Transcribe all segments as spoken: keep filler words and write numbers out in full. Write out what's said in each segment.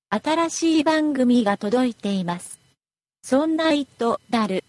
新しい番組が届いています。そんな糸だる。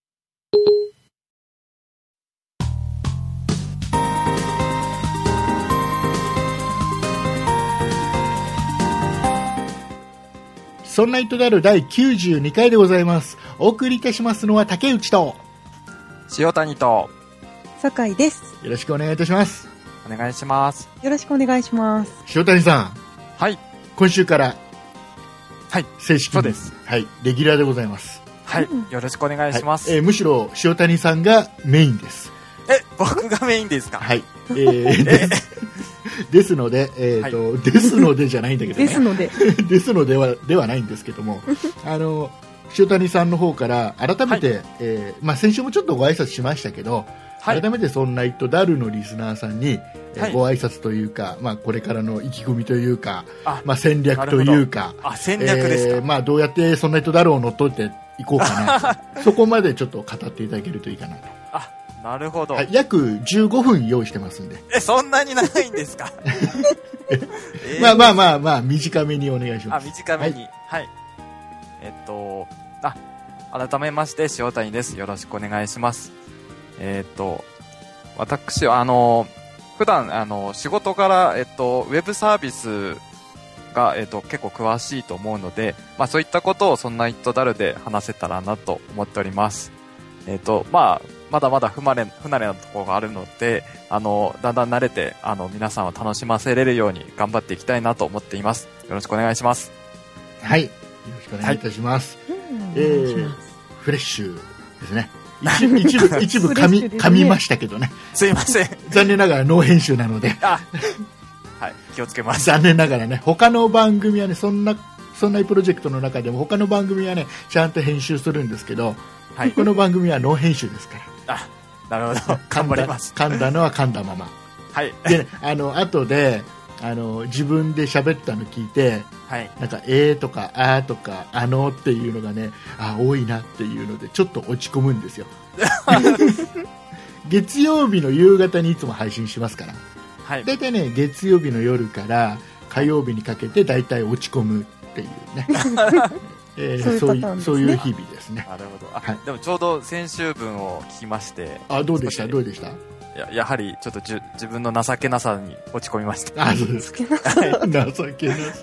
そんな糸だるだいきゅうじゅうにかいでございます。お送りいたしますのは竹内と塩谷と酒井です。 よろしくお願いいたします。 お願いします。 よろしくお願いします。 塩谷さん、 はい、 今週からはい正式に、 そうです、 はい、レギュラーでございます。 はい、うん、よろしくお願いします。 はい、えー、むしろ塩谷さんがメインです。 え、僕がメインですか？ はい、えー、でですので、えーとはい、ですのでじゃないんだけどね。 ですのでですのではではないんですけども、あの塩谷さんの方から改めて、はい、えーまあ、先週もちょっとご挨拶しましたけど、はい、改めてそんな糸だるのリスナーさんに、はい、ご挨拶というか、まあ、これからの意気込みというか、まあ、戦略というか、 あ、戦略ですか、 えーまあ、どうやってそんな糸だるを乗っ取っていこうかなそこまでちょっと語っていただけるといいかなと。 あ、なるほど、 はい、約じゅうごふん用意してますんで。 え、そんなに長いんですか？ えー、まあまあまあまあ短めにお願いします。 あ、短めに、はい、はい、えっとあ改めまして塩谷です。よろしくお願いします。えっと私はあの普段あの仕事からえっとウェブサービスがえっと結構詳しいと思うので、まあそういったことをそんな糸だるで話せたらなと思っております。えっとまあまだまだ不慣れ不慣れなところがあるので、あのだんだん慣れてあの皆さんを楽しませれるように頑張っていきたいなと思っています。よろしくお願いします。 はい、よろしくお願いいたします。はい、えー、フレッシュですね。一部一部一部噛み噛みましたけどね。 すいません。 残念ながらノー編集なので。 あ、はい、気をつけます。 残念ながらね、他の番組はね、そんなそんなプロジェクトの中でも他の番組はねちゃんと編集するんですけど、はい、この番組はノー編集ですから。 あ、なるほど。頑張ります。 噛んだのは噛んだまま。 はい。 で、ね、あの後であの自分で喋ったの聞いて、はい、なんかえーとかあーとかあのっていうのがね、あ多いなっていうのでちょっと落ち込むんですよ。月曜日の夕方にいつも配信しますから、はい、だいたいね月曜日の夜から火曜日にかけてだいたい落ち込むっていうね。えー、そういう、そういう日々ですね。 なるほど。あ、はい、でもちょうど先週分を聞きまして。 あ、どうでしたどうでした？ や, やはりちょっとじゅ自分の情けなさに落ち込みました。 あ、そうですか。情けなさ、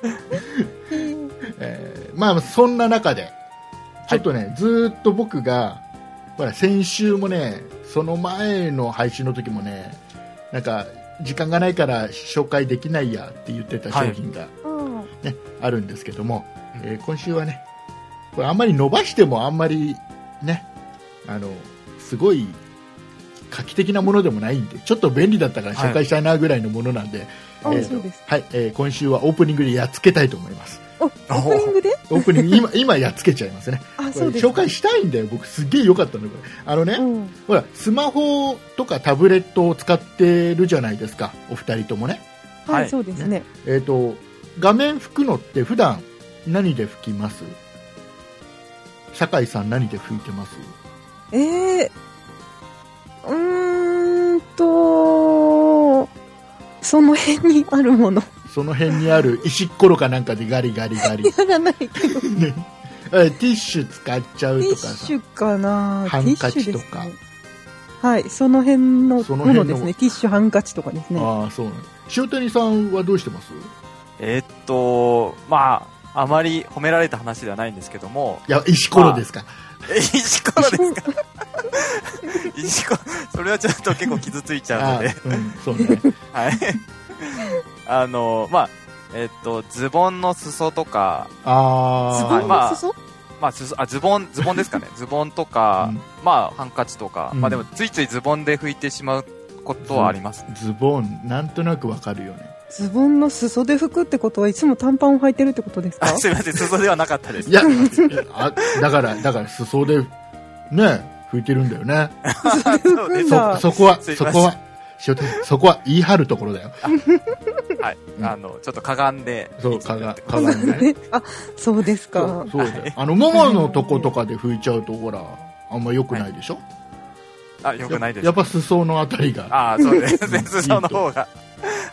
えー、まあそんな中でちょっとね、はい、ずーっと僕がほら先週もねその前の配信の時もねなんか時間がないから紹介できないやって言ってた商品が、はいね、あるんですけども、えー、今週はねこれあんまり伸ばしてもあんまりねあのすごい画期的なものでもないんでちょっと便利だったから紹介したいなぐらいのものなんで、はいえーはいえー、今週はオープニングでやっつけたいと思います。 オープニングでオープニング 今, 今やっつけちゃいますね。あ、そうですか。紹介したいんだよ僕すっげえ良かったんだこれ。あのね、うん、ほらスマホとかタブレットを使ってるじゃないですかお二人ともね。 はい、はい、そうですね。 えーと画面拭くのって普段何で拭きます？酒井さん何で拭いてます？ えーうーんとその辺にあるものその辺にある石っころかなんかでガリガリガリやらないけど、 ね、ティッシュ使っちゃうとかさティッシュかなハンカチとか、 ね、はいその辺のものですね。ティッシュハンカチとかですね。 ああそうね。塩谷さんはどうしてます？ えー、っとまああまり褒められた話ではないんですけども、 いや石ころですか、まあ、石ころですか石こそれはちょっと結構傷ついちゃうのでうん、そうねはいあのまあえー、っとズボンの裾とかあズボンの裾、 まあまあ、すあズボンズボンですかねズボンとか、うん、まあハンカチとか、うん、まあでもついついズボンで拭いてしまうことはあります、ね、 ズ, ズボンなんとなくわかるよね。 ズボンの裾で拭くってことはいつも短パンを履いてるってことですか？ あ、すいません裾ではなかったです。 いやあだからだから裾でね拭いてるんだよね。 そうですそ, そこはそこはそこは言い張るところだよ。 はい、あのちょっとかがんでそうかがかがんで、ね、 あそうですか。 そうそうだよ、はい、あのもものとことかで拭いちゃうとほらあんま良くないでしょ、はい、 あ良くないです。 や, やっぱ裾のあたりがあそうですね裾の方が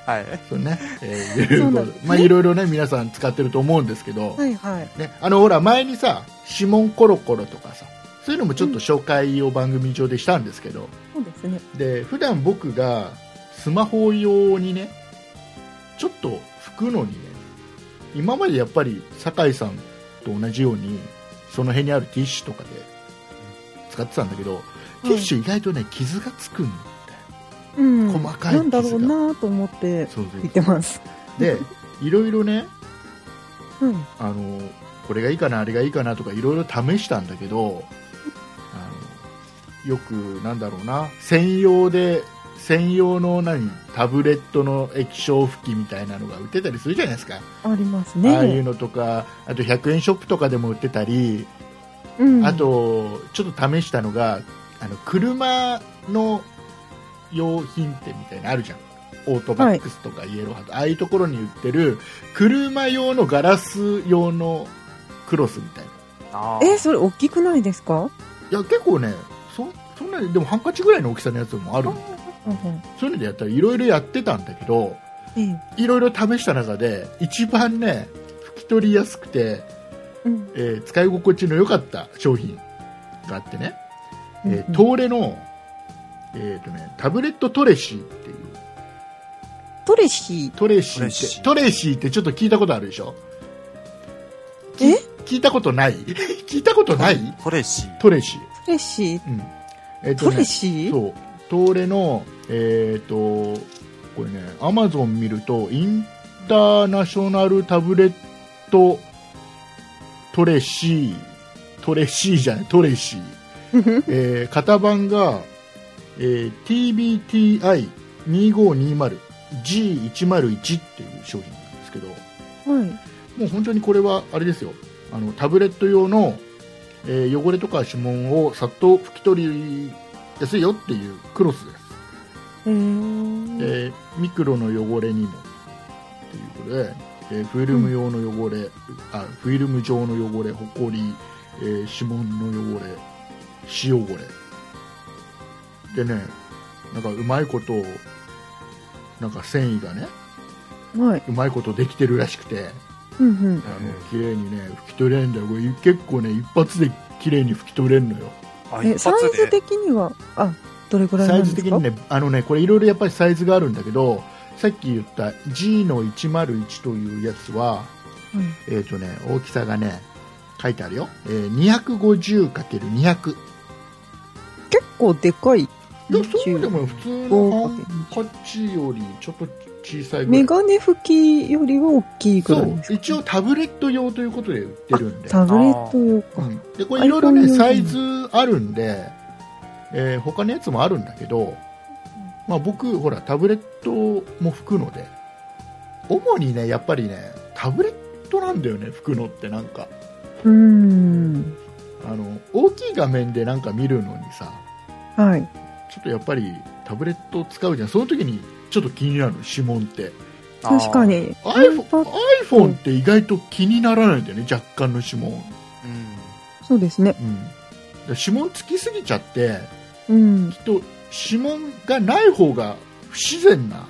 はい。 そうね、えー、いろいろそうなんですねまあいろいろね皆さん使ってると思うんですけど、 はいはい。 ね、あのほら前にさ指紋コロコロとかさそういうのもちょっと紹介を番組上でしたんですけど、 そうですね。 で普段僕がスマホ用にねちょっと拭くのにね今までやっぱり酒井さんと同じようにその辺にあるティッシュとかで使ってたんだけど、ティッシュ意外とね傷がつくんだよ、 うん。 細かい傷がなんだろうなと思ってそうそう拭いてます。 でいろいろねはい。 あのこれがいいかなあれがいいかなとかいろいろ試したんだけどあのよくなんだろうな専用で専用の何タブレットの液晶拭きみたいなのが売ってたりするじゃないですか、 ありますね。 ああいうのとかあとひゃくえんショップとかでも売ってたり、 うん。 あとちょっと試したのがあの車の用品店みたいなのあるじゃんオートバックスとかイエローハート、ああいうところに売ってる車用のガラス用のクロスみたいなあーえ、それ大きくないですか？ いや結構ねそそんなにでもハンカチぐらいの大きさのやつもあるうんうん。 そういうのでやったらいろいろやってたんだけどええ。 いろいろ試した中で一番ね拭き取りやすくて、 うん。 えー使い心地の良かった商品があってね、えーうん東レの、えーとね、タブレットトレシーっていうトレシトレシートレシーってトレシーってちょっと聞いたことあるでしょー。え？ 聞いたことない聞いたことないトレシー。 トレシー、 トレシー。 うんえーとねトレシー？ そう東レのえっ、とこれねアマゾン見るとインターナショナルタブレットトレシートレシーじゃないトレシー、えー型番が、えー、ティービーティーアイにごにまるジーいちまるいち っていう商品なんですけどはい。 もう本当にこれはあれですよあのタブレット用の、えー汚れとか指紋をさっと拭き取りやすいよっていうクロスですえー。 えーミクロの汚れにもということで、えーフィルム用の汚れ、あフィルム状の汚れ、ほこり、えー指紋の汚れ、歯汚れでね、なんかうまいことなんか繊維がねはい。 うまいことできてるらしくて、 うんうん。 あの綺麗にね拭き取れるんだよ。これ結構ね一発で綺麗に拭き取れるのよ。 あ、 え、 一発で。 サイズ的には、あ、どれぐらいなサイんですか？ ズ的にね、あのね、これいろいろやっぱりサイズがあるんだけど、さっき言った ジーのいちまるいちというやつは、 うん。 えっ、とね、大きさがね、書いてあるよ。えー、にひゃくごじゅうかけるにひゃく。 結構でかい。 いや、そうでも普通のハンカチよりちょっと小さいぐらい。 メガネ拭きよりは大きいぐそうらいですか？ 一応タブレット用ということで売ってるんで。 タブレット用うか。 んで、これいろいろね、 iPhone 用サイズあるんで、えー他のやつもあるんだけど、まあ僕、ほら、タブレットも拭くので、主にね、やっぱりね、タブレットなんだよね、拭くのってなんか。 うーん。 あの、大きい画面でなんか見るのにさ、 はい。 ちょっとやっぱりタブレット使うじゃん。その時にちょっと気になるの、指紋って。 あー確か。に。 iPhone, iPad iPhone って意外と気にならないんだよね、若干の指紋。 うん。 そうですね。 うん。で指紋つきすぎちゃって、 うん。 きっと指紋がない方が不自然な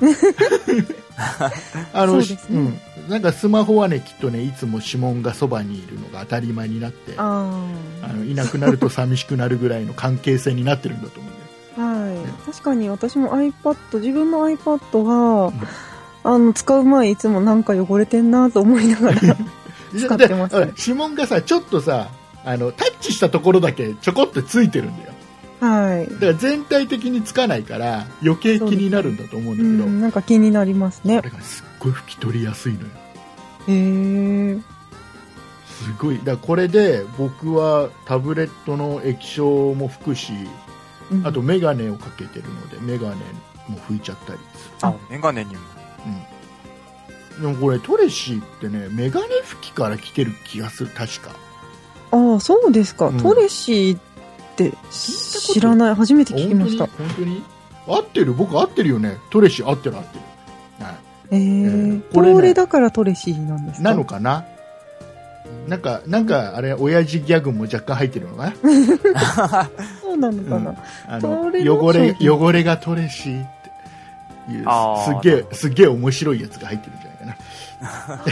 あのそうですねうん、なんかスマホはねきっとねいつも指紋がそばにいるのが当たり前になってああのいなくなると寂しくなるぐらいの関係性になってるんだと思うんだよ。 あ。はい。確かに私も iPad、自分の iPad が、あの、使う前いつもなんか汚れてんなと思いながら使ってますで指紋がさちょっとさあのタッチしたところだけちょこってついてるんだよ。 はい。 だから全体的につかないから余計気になるんだと思うんだうけど、 ん、なんか気になりますねあ。れがすっごい拭き取りやすいのよ。 へえ。 すごい。だからこれで僕はタブレットの液晶も拭くし、 うんあとメガネをかけてるのでメガネも拭いちゃったりする。 あ、メガネにも。 うん。でもこれトレシーってねメガネ拭きから来てる気がする確か。 ああ、そうですか。 うんトレシーってたこと知らない。初めて聞きました。 本当に本当に合ってる僕合ってるよね。トレシー合ってる合ってる。はい。 ええーここれねれだからトレシーなんですか？ なのかな。なんかなんかあれ親父ギャグも若干入ってるのかな。 そうなのかな。 あのトレの汚れ商品汚れがトレシーっていうあーすっげえすっげえ面白いやつが入ってるんじゃないかな。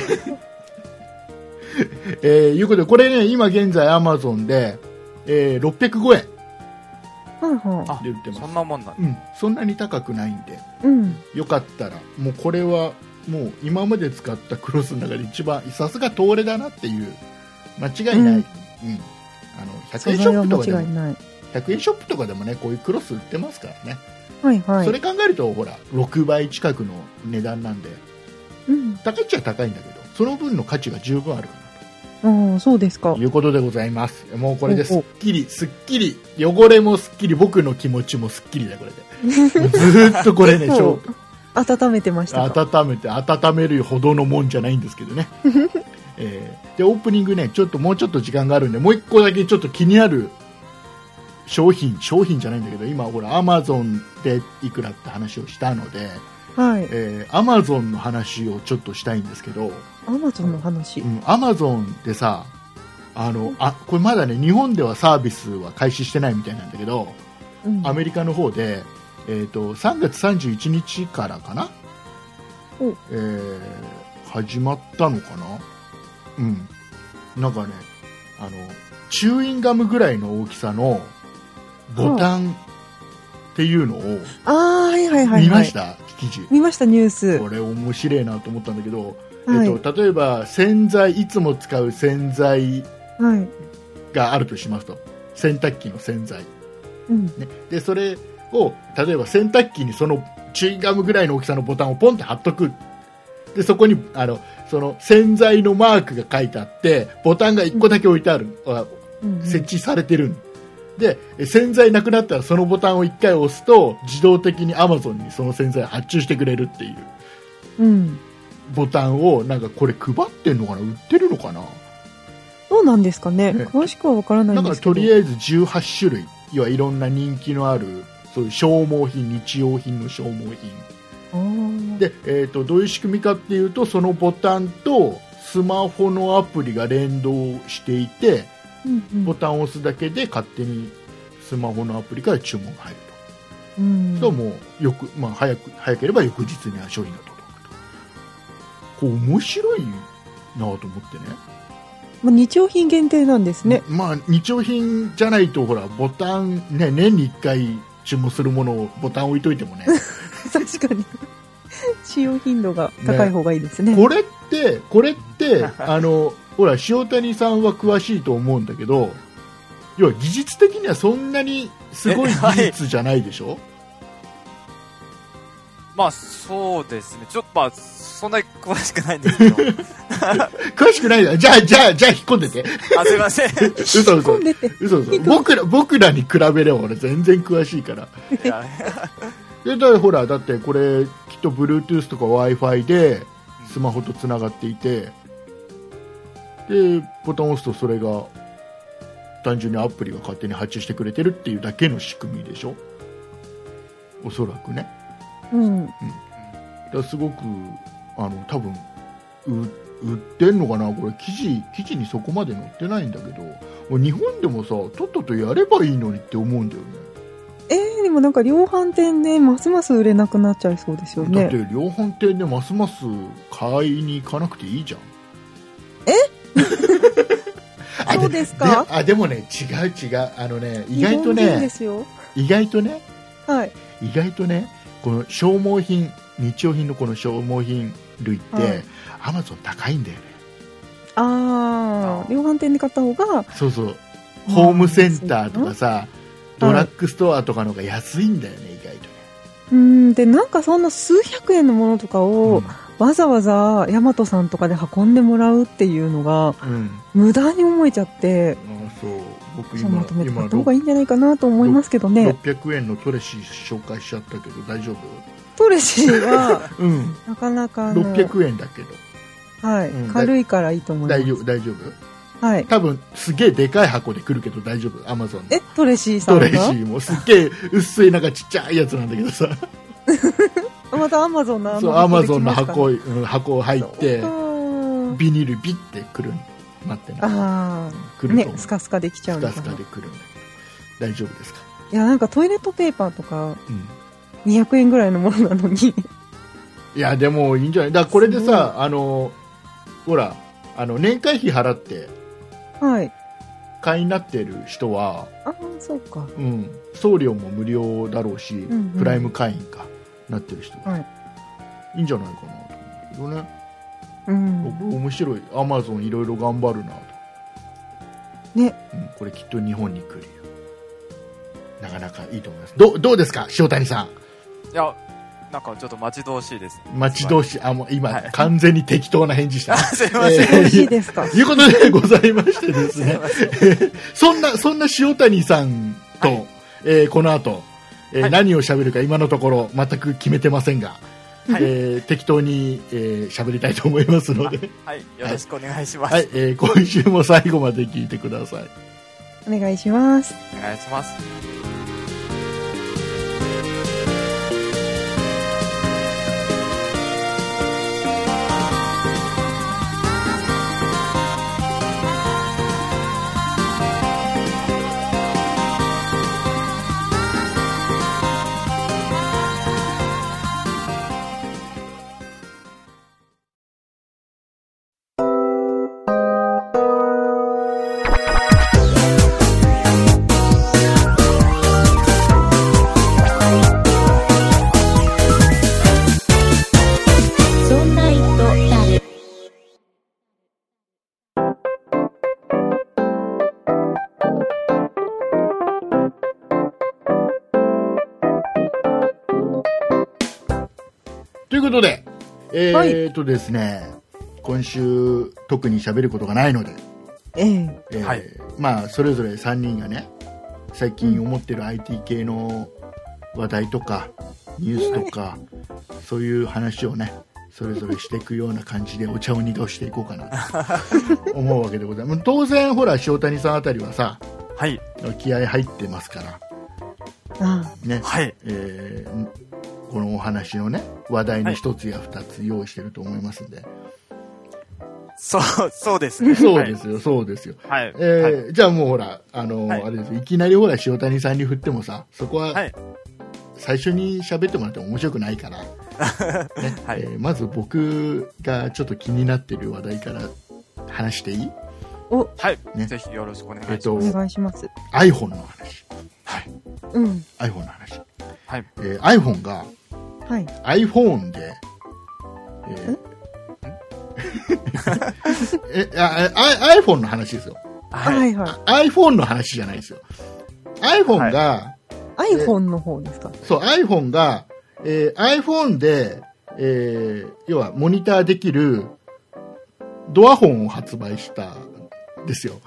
えー、いうことでこれね今現在アマゾンで、えー、ろっぴゃくごえんはいはあで売ってます。 そんなもんなんだ。 うん、そんなに高くないんでい。うん。よよかったらもうこれはもう今まで使ったクロスの中で一番さすが東レだなっていう間違いない、 うんうん、あのひゃくえんシ素材はョップとかでも間違いない。 ひゃくえんショップとかでもねこういうクロス売ってますからね、 はいはい。 それ考えるとほらろくばい近くの値段なんでうん。 高いっちゃ高いんだけどその分の価値が十分あるかああ、そうですかなと。いうことでございます。もうこれですっおおきりすっきり汚れもすっきり僕の気持ちもすっきりだよこれでもうずーっとこれねそう消温めてましたか。 温めて温めるほどのもんじゃないんですけどね、えーでオープニングねちょっともうちょっと時間があるんでもう一個だけちょっと気になる商品商品じゃないんだけど今ほらアマゾンでいくらって話をしたのではい。 えー、アマゾンの話をちょっとしたいんですけど、 アマゾンの話。 うん、アマゾンってさあのあこれまだね日本ではサービスは開始してないみたいなんだけどうんアメリカの方で、えー、とさんがつさんじゅういちにちからかな、 おえー始まったのかな、うん、なんかねあのチューインガムぐらいの大きさのボタンっていうのをああ、はいはいはい、はい。 見ました記事見ました、ニュース。 これ面白いなと思ったんだけど、 はいえっと、例えば洗剤いつも使う洗剤はい。 があるとしますと洗濯機の洗剤、 うん。 ね、でそれを例えば洗濯機にそのチューインガムぐらいの大きさのボタンをポンって貼っとくでそこにあのその洗剤のマークが書いてあってボタンがいっこだけ置いてある、あうん設置されてるんで洗剤なくなったらそのボタンをいっかい押すと自動的に Amazon にその洗剤を発注してくれるっていううん。 ボタンをなんかこれ配ってんのかな売ってるのかなどうなんですかね。 ね詳しくはわからないなんかんですけど。 とりあえずじゅうはちしゅるい要はいろんな人気のあるそういう消耗品日用品の消耗品あーで、えー、とどういう仕組みかっていうとそのボタンとスマホのアプリが連動していてうんうんボタンを押すだけで勝手にスマホのアプリから注文が入ると、 うんそうもうよく、まあ、早く早ければ翌日には商品が届くとこう面白いなと思ってねまあ、日用品限定なんですね。 まあ日用品じゃないとほらボタンね年にいっかい注文するものをボタン置いといてもね確かに。使用頻度が高い方がいいですね。 これってこれってあのほら塩谷さんは詳しいと思うんだけど要は技術的にはそんなにすごい技術じゃないでしょ、 まあ、そうですね。ちょっと、まあ、そんなに詳しくないんですけど。 詳しくないじゃあじゃあじゃあ引っ込んでてあ、すいません。い嘘嘘混んでて。 嘘嘘僕ら僕らに比べれば俺全然詳しいからやでだからほらだってこれきっと Bluetooth とか Wi-Fi でスマホとつながっていてでボタンを押すとそれが単純にアプリが勝手に発注してくれてるっていうだけの仕組みでしょおそらくねうん。 だからすごくあの多分う売ってんのかなこれ記事記事にそこまで載ってないんだけどもう日本でもさとっととやればいいのにって思うんだよねえー、でもなんか量販店でますます売れなくなっちゃいそうですよだってね。 量販店でますます買いに行かなくていいじゃんあそうですかであでもね違う違うあのね意外と日本人でねすよ。 意外とねはい。 意外とねこの消耗品日用品のこの消耗品類って、 はいアマゾン高いんだよねああ、量販店で買った方が、 そうそうホームセンターとかさドラッグストアとかの方が安いんだよね意外とね、 うん、で、なんかそんな数百円のものとかを、 うんわざわざヤマトさんとかで運んでもらうっていうのが、 うん、 無駄に思えちゃって、 あそう僕そうま今とめて買今った方がいいんじゃないかなと思いますけどろっね。 ぴゃくえんのトレシー紹介しちゃったけど大丈夫トレシーは、 うんなかなかあの、 ろっぴゃくえんだけどはい、 うん軽いからいいと思います。 大丈夫大丈夫はい。 多分すげえでかい箱で来るけど大丈夫アマゾンえ、トレシーさトレシんがーもすっげえ薄いなんかちっちゃいやつなんだけどさまたアマゾンのそうアマゾンの箱箱、うん、箱入ってあービニールビッてくるん待ってねあー、 来ると思う、 ね、スカスカできちゃうスカスのかな。 カで来るんだけど大丈夫ですか、 いや、なんかトイレットペーパーとか、 うんにひゃくえんぐらいのものなのに。 いや、でもいいんじゃない。だからこれでさ、あの、ほら、あの、年会費払って、 はい。 会員になってる人は、 ああ、そうか。 うん、送料も無料だろうし、 んうんプライム会員か、なってる人は、 はい。 いいんじゃないかなと思うけどね。 うん。 僕面白い。アマゾンいろいろ頑張るなと。 ね。 うん、これきっと日本に来るよ。なかなかいいと思います。どどうですか、塩谷さん。 いや、なんかちょっと待ち遠しいですね。 待ち遠しい。あ、もう今、 はい完全に適当な返事した。 すいません。 えー美味しいですか。 いうことでございましてですね。そんな、そんな塩谷さんと、 はい、 えーこの後、えーはい、 何を喋るか今のところ全く決めてませんが、 はい、 えー適当に喋、えー、りたいと思いますので、 はい、よろしくお願いします。 はい、えー今週も最後まで聞いてください。 お願いします。 お願いします。 そんな糸だる。 ということで、えはいーっとですね、今週特に喋ることがないので、 ええ。 えーはいまあそれぞれさんにんがね、最近思ってる アイティー 系の話題とかニュースとか、そういう話をね、それぞれしていくような感じでお茶を濁していこうかなと思うわけでございます。当然ほら塩谷さんあたりはさ、 はい、 気合入ってますからあね、 はい、 えーこのお話のね話題に一つや二つ用意してると思いますんで、 そう、そうですね。 そうですよ、そうですよ。 はい。 えーはい。 じゃあもうほら、あのーはいあれですよ、いきなりほら塩谷さんに振ってもさ、そこははい。 最初に喋ってもらっても面白くないから、ねはいえーまず僕がちょっと気になってる話題から話していい？ お、 はい。 ねぜひよろしくお願いします。 えっとお願いします。 iPhone の話、 はい。 うん。 iPhone の話、 はい。 えー iPhone がはい。 iPhone で、えーえああ iPhone の話ですよ。 は。 はいいはい。 iPhone の話じゃないですよ。iPhone が、 iPhone の方ですか。 そう iPhone が、えー iPhone で、えー要はモニターできるドアホンを発売したんですよ。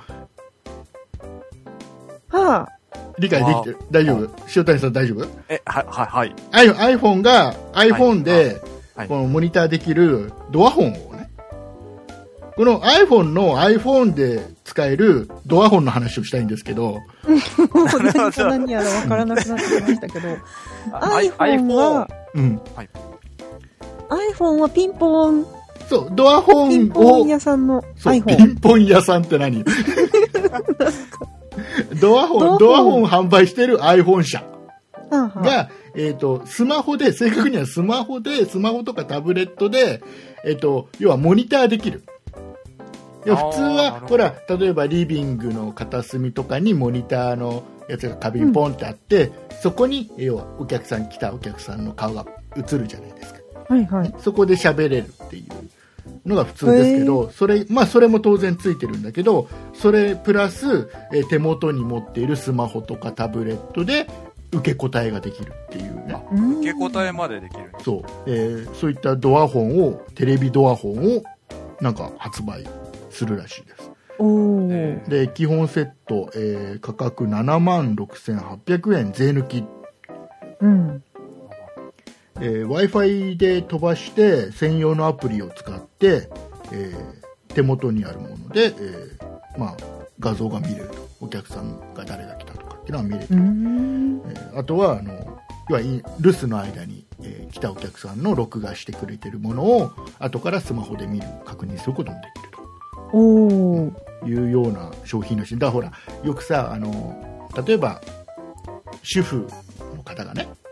はあ。 理解できてる？大丈夫？塩谷さん大丈夫？ え、はい、はい、はい。 I- iPhone が iPhone ではいこのモニターできるドアホンをね、この iPhone の iPhone で使えるドアホンの話をしたいんですけど、 もう何と何やらわからなくなってきましたけど、iPhone は、 うん、 iPhone はピンポン、 そうドアホンピンポンを屋さんのそうピ iPhone。 ンポン屋さんって何？ドアホン、ドドアホンアホン販売してる iPhone 社はあはあが、えっ、と、スマホで、正確にはスマホで、スマホとかタブレットで、えっ、と、要はモニターできる。いや普通はあーなるほどほら例えばリビングの片隅とかにモニターのやつが壁にポンってあって、そこに要はお客さん来たお客さんの顔が映るじゃないですか。 はいはい。 そこで喋れるっていうのが普通ですけど、それまあそれも当然ついてるんだけど、それプラス、えー手元に持っているスマホとかタブレットで受け答えができるっていうね。 受け答えまでできるんです。 そう、えーそういったドアホンをテレビドアホンをなんか発売するらしいです。 おー。 えで基本セット、えー価格ななまんろくせんはっぴゃくえん税抜き、 うん。 えー Wi-Fi で飛ばして専用のアプリを使って、えー手元にあるもので、えーまあ、画像が見れると、お客さんが誰が来たとかっていうのは見れる、 うーん。 えーあとはあの要は留守の間に、えー来たお客さんの録画してくれてるものを後からスマホで見る確認することもできるおー。 というような商品らしい。だからほらよくさあの例えば主婦の方がね、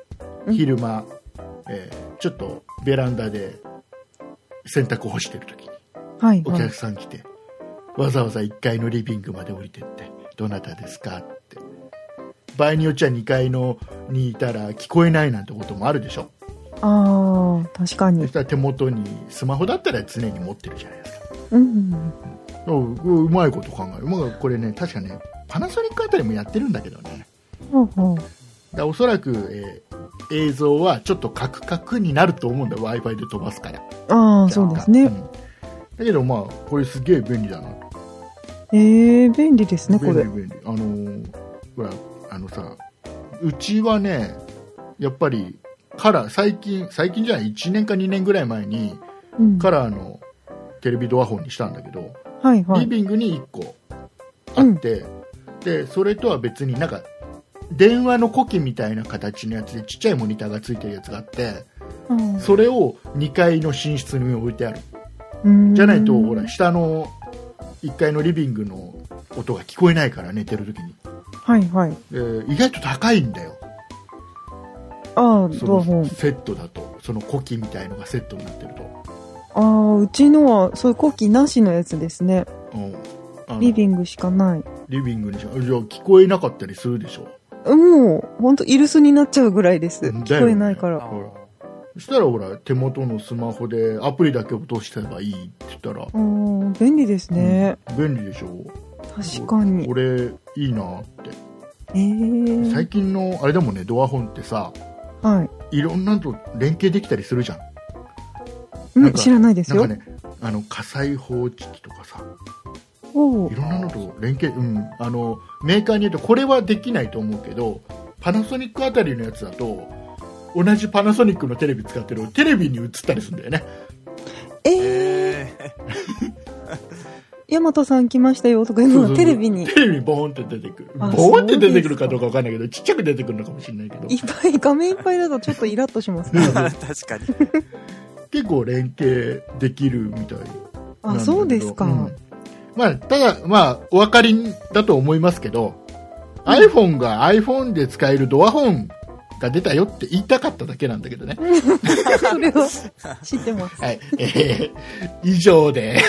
昼間、えーちょっとベランダで洗濯を干してる時にはい。 お客さん来て、わざわざいっかいのリビングまで降りてってどなたですかって場合によっちゃにかいのにいたら聞こえないなんてこともあるでしょ。 ああ、確かに。 そしたら手元にスマホだったら常に持ってるじゃないですか。 うん。 う, うまいこと考える、まあ、これね確かねパナソニックあたりもやってるんだけどね。 ほうほう。 だからおそらく、えー映像はちょっとカクカクになると思うんだ Wi-Fi で飛ばすから。 ああ、そうですね。 うんだけどまあこれすげえ便利だな。 ええ、便利ですね、これ。 便利便利。あのーほらあのさうちはねやっぱりカラー最近最近じゃないいちねんかにねんぐらい前にうん。 カラーのテレビドアホンにしたんだけど、リはいはい。 ビングにいっこあって、でそれとは別になんか電話の子機みたいな形のやつでちっちゃいモニターがついてるやつがあって、 うんそれをにかいの寝室に置いてある。 うんじゃないとほら下のいっかいのリビングの音が聞こえないから寝てる時に。 はいはい。 で意外と高いんだよ。 ああ、 そドアホン。 のセットだとその子機みたいのがセットになってると。 ああ、うちのは、そういうコキなしのやつですね。 うんあのリビングしかない。 リビングにしじゃあ聞こえなかったりするでしょ。 もう、ほんと、イルスになっちゃうぐらいです。 だよね聞こえないから。 ほらそしたらほら手元のスマホでアプリだけ落としてればいいって言ったら、 うん、便利ですね。 便利でしょ。 確かにこ。れいいなって。 ええ最近のあれでもねドアホンってさはいろんなのと連携できたりするじゃん。 い。うん、 なんか知らないですよ。 なんかねあの火災報知器とかさおういろんなのと連携、うん、あのメーカーによってこれはできないと思うけどパナソニックあたりのやつだと同じパナソニックのテレビ使ってるテレビに映ったりするんだよね。 えええヤマトさん来ましたよとかいうのがテレビにテレビにボーンって出てくる。ボあーンって出てくるかどうかわかんないけどちっちゃく出てくるのかもしれないけどいっぱい、画面いっぱいだとちょっとイラッとしますね。 ー、確かに。 結構連携できるみたいなんだけど。 あ、そうですか。 んまあ、ただ、まあ、お分かりだと思いますけど、うん、iPhone が iPhone で使えるドアホンが出たよって言いたかっただけなんだけどね。 それを知ってます。 はい。えー、以上です。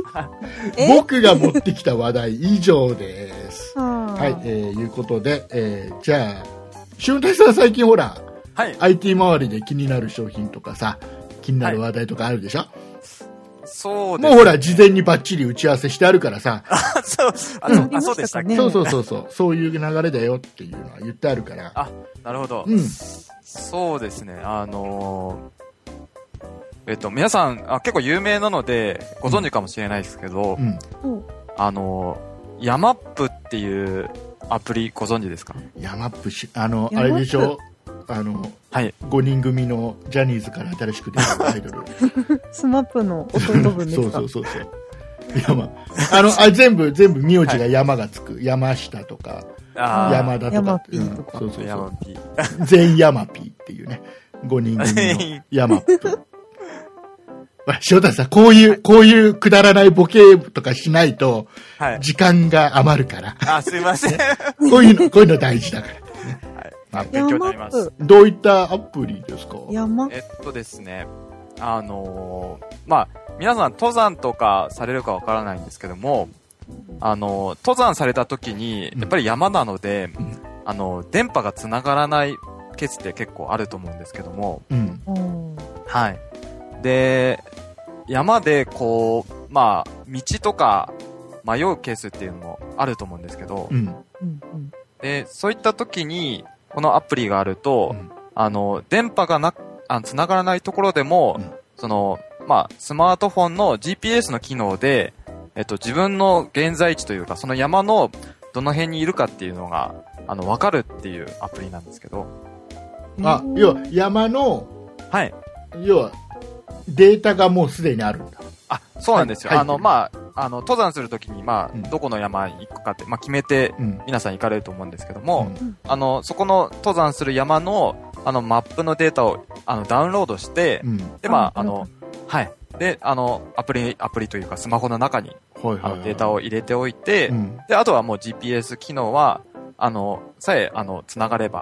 僕が持ってきた話題以上です。は、はい、えー、いうことで、えー、じゃあ、俊太さん最近ほら、はい、アイティー 周りで気になる商品とかさ、気になる話題とかあるでしょ、はい、 そうですね。 もうほら、事前にバッチリ打ち合わせしてあるからさ。 あ、そう、あ、うん、あそうでしたっけ、 そうそうそうそう。そういう流れだよっていうのは言ってあるから。 あ、なるほど。 うん。 そうですね。あのー、えっと、皆さん、あ、結構有名なので、ご存知かもしれないですけど、うんうん、あのー、ヤマップっていうアプリご存知ですか？ ヤマップし、あの、あれでしょあの、はい、ごにん組のジャニーズから新しく出たアイドル。 スマップの弟分ですか？ そうそうそうそう。山。あの、あ、全部、全部名字が山がつく。はい、山下とか、山田とか。 山ピーとか。 うん、そうそうそう。 山ピー。 全山ピーっていうね。ごにん組の山ップ。塩田さん、こういう、はい、こういうくだらないボケとかしないと、時間が余るから。 はい、あ、すいません。 こういうの、こういうの大事だから。 はい。勉強になります。 どういったアプリですか？ 山えっとですね、あのー、まあ、皆さん登山とかされるかわからないんですけども、あのー、登山された時に、やっぱり山なので、うん、あの、電波が繋がらないケースって結構あると思うんですけども、うん、はい。で、山でこう、まあ、道とか迷うケースっていうのもあると思うんですけど、うん、で、そういった時に、このアプリがあると、うん、あの、電波がな、あ繋がらないところでも、うん、その、まあ、スマートフォンの ジーピーエス の機能で、えっと、自分の現在地というか、その山のどの辺にいるかっていうのが、あの、わかるっていうアプリなんですけど。 あ、要は山の、 はい。 要は、データがもうすでにあるんだ。 あ、そうなんですよ。はい、あの、まあ、あの、登山するときに、まあ、うん、どこの山行くかって、まあ、決めて、皆さん行かれると思うんですけども、うん、あの、そこの登山する山の、あの、マップのデータを、あの、ダウンロードして、うん、で、まあ、あの、はい。で、あの、アプリ、アプリというか、スマホの中に、はいはいはい、あのデータを入れておいて、うん、で、あとはもう ジーピーエス 機能は、あの、さえ、あの、繋がれば、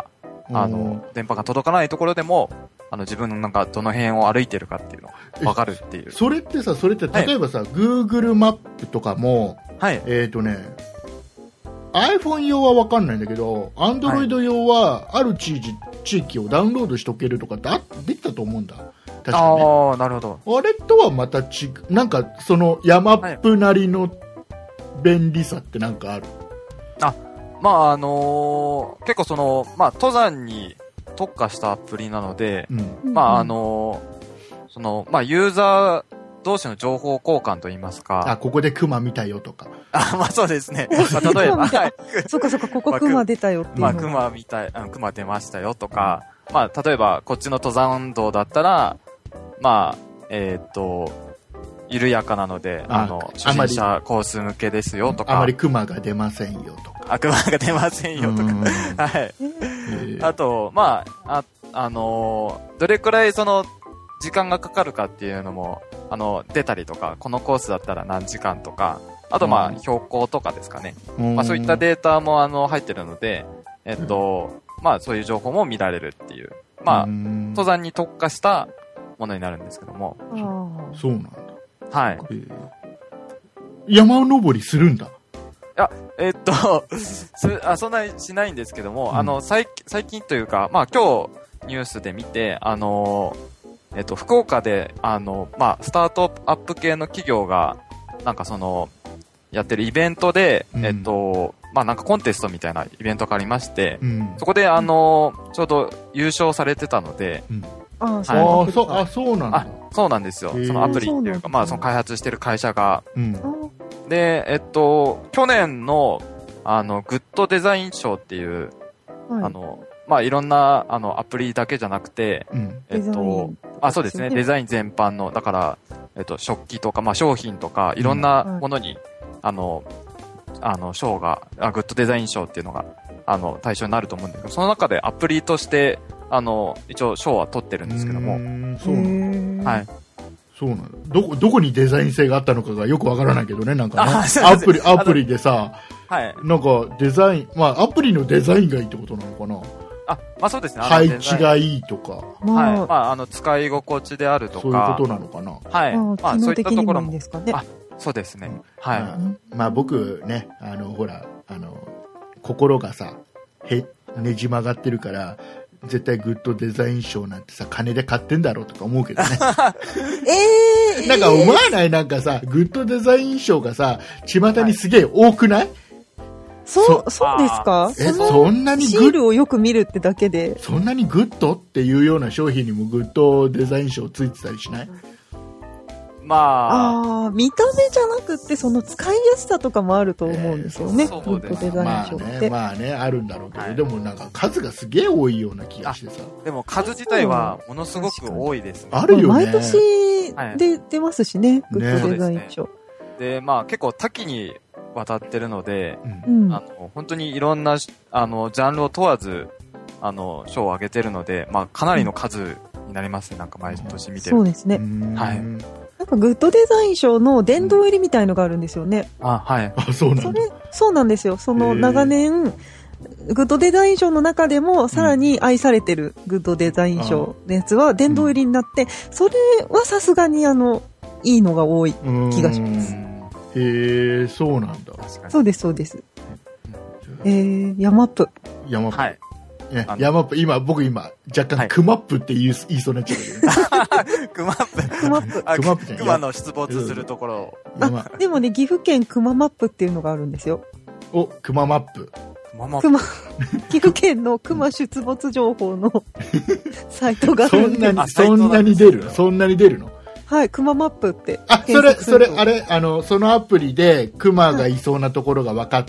あの、電波が届かないところでも、あの、自分のなんかどの辺を歩いてるかっていうのがわかるっていう。 それってさ、それって例えばさ、はい、Google マップとかも、 はい。 えっとね、iPhone 用はわかんないんだけど、Android 用はある地域、地域をダウンロードしとけるとかってあできたと思うんだ。確かね。 ああ、なるほど。 あれとはまた違う、なんかその山っぷなりの便利さってなんかある？ あ、まああのー、結構その、まあ登山に特化したアプリなので、うん、まああのー、その、まあユーザー同士の情報交換といいますか。 あ、ここでクマ見たよとか。 あ、まあそうですね。まあ、例えば、はい。 そっかそっか、ここクマ出たよっていうの。 まあクマ見たい、あのクマ出ましたよとか、まあ例えばこっちの登山道だったら、まあ、えっと、緩やかなので、あの、初心者コース向けですよとか。 あまりクマが出ませんよとか。 あ、クマが出ませんよとか。はい。あと、まあ、あ、あのー、どれくらいその、時間がかかるかっていうのも、あの、出たりとか、このコースだったら何時間とか、あとまあ、標高とかですかね。まあそういったデータもあの、入ってるので、えっと、まあそういう情報も見られるっていう。まあ、登山に特化したものになるんですけども。 そうなんだ。 はい。 山登りするんだ。 いや、えっと、す、あ、そんなにしないんですけども、うん、あの、最、最近というか、まあ今日ニュースで見て、あの、えっと、福岡で、あの、まあ、スタートアップ系の企業が、なんかその、やってるイベントで、うん、えっと、まあ、なんかコンテストみたいなイベントがありまして、うん、そこで、あの、ちょうど優勝されてたので、うん、 あ、はい、そうそう、あ、そうなんだ。あ、 そうなんですよ。そのアプリっていうか、まあ、その開発してる会社が。うん、で、えっと、去年の、あの、グッドデザイン賞っていう、はい、あの、まあ、いろんな、あの、アプリだけじゃなくて、うん、えっと、あ、そうですね、デザイン全般の、だから、えっと、食器とか、まあ、商品とか、いろんなものに、うん、あの、あの、賞が、あ、グッドデザイン賞っていうのが、あの、対象になると思うんですけど、その中でアプリとして、あの、一応賞は取ってるんですけども。 そうなんだ。 はい。 そうなんだ。どこ、どこにデザイン性があったのかがよくわからないけどね、なんかね。アプリ、アプリでさ、はい。なんかデザイン、まあ、アプリのデザインがいいってことなのかな。 あ、まあそうですね。 配置がいいとか。はい。 まあ、あの、使い心地であるとか。 そういうことなのかな。 はい。まあ、そういったところも。ですかね。 あ、そうですね。はい。 まあ、まあ、僕ね、あの、ほら、あの、心がさ、へ、ねじ曲がってるから、絶対グッドデザイン賞なんてさ、金で買ってんだろうとか思うけどね。 えー、 なんか思わない？なんかさ、グッドデザイン賞がさ、巷にすげえ多くない？はい、 そう、そうですか？ え、そんなにシールをよく見るってだけで。 そんなにグッドっていうような商品にもグッドデザイン賞ついてたりしない？ まあ。 ああ、見た目じゃなくて、その使いやすさとかもあると思うんですよね。 えー、そうです。 グッドデザイン賞って。 まあね、まあね、あるんだろうけど、はい、でもなんか数がすげえ多いような気がしてさ。 でも数自体はものすごく多いですね。 あるよね。 毎年で出ますしね、グッドデザイン賞。 ね、で、まあ結構多岐にわたってるので、うん、あの本当にいろんなあのジャンルを問わずあの賞をあげてるので、まあかなりの数になりますね。なんか毎年見てる。 そうですね。 はい。 なんかグッドデザイン賞の殿堂入りみたいのがあるんですよね。 うん、あ、はい。 あ、そうなんだ。それ、 そうなんですよ。その長年、グッドデザイン賞の中でもさらに愛されてるグッドデザイン賞のやつは殿堂入りになって、それはさすがにあの、いいのが多い気がします。 へえ、そうなんだ。 そうです、そうです。えー、ヤマップ。 ヤマップ。 はい。 ね、ヤマップ、今、僕今、若干、クマップって言い、言いそうになっちゃうけど。 クマップ。 クマップ。 クマップじゃん。 クマの出没するところを。 あ、でもね、岐阜県クママップっていうのがあるんですよ。 お、クママップ。 クママップ。 岐阜県のクマ出没情報のサイトがあるんで。 そんなに、そんなに出るの？そんなに出るの？ はい、クママップって。 あ、それ、それ、あれ、あの、そのアプリでクマがいそうなところが分かって、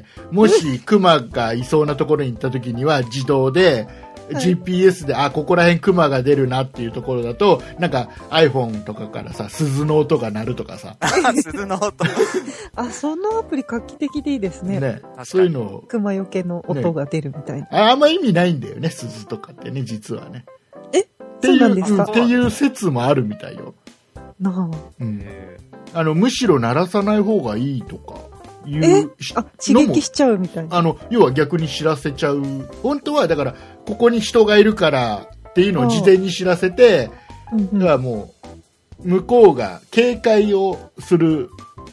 もしクマがいそうなところに行った時には自動で、はい、ジーピーエス で、あ、ここら辺クマが出るなっていうところだと、なんか iPhone とかからさ、鈴の音が鳴るとかさ。 鈴の音。 あ、そのアプリ画期的でいいですね。 ね。そういうのを。 クマよけの音が出るみたいな。 ね、あ, あんま意味ないんだよね、鈴とかってね、実はね。 え、そうなんですか？ っていう説もあるみたいよ。 なあ、 うん、あのむしろ鳴らさない方がいいとかいうえしあ、刺のも激しちゃうみたいな。 あの要は逆に知らせちゃう。本当はだからここに人がいるからっていうのを事前に知らせて、 うんうんだからもう向こうが警戒をする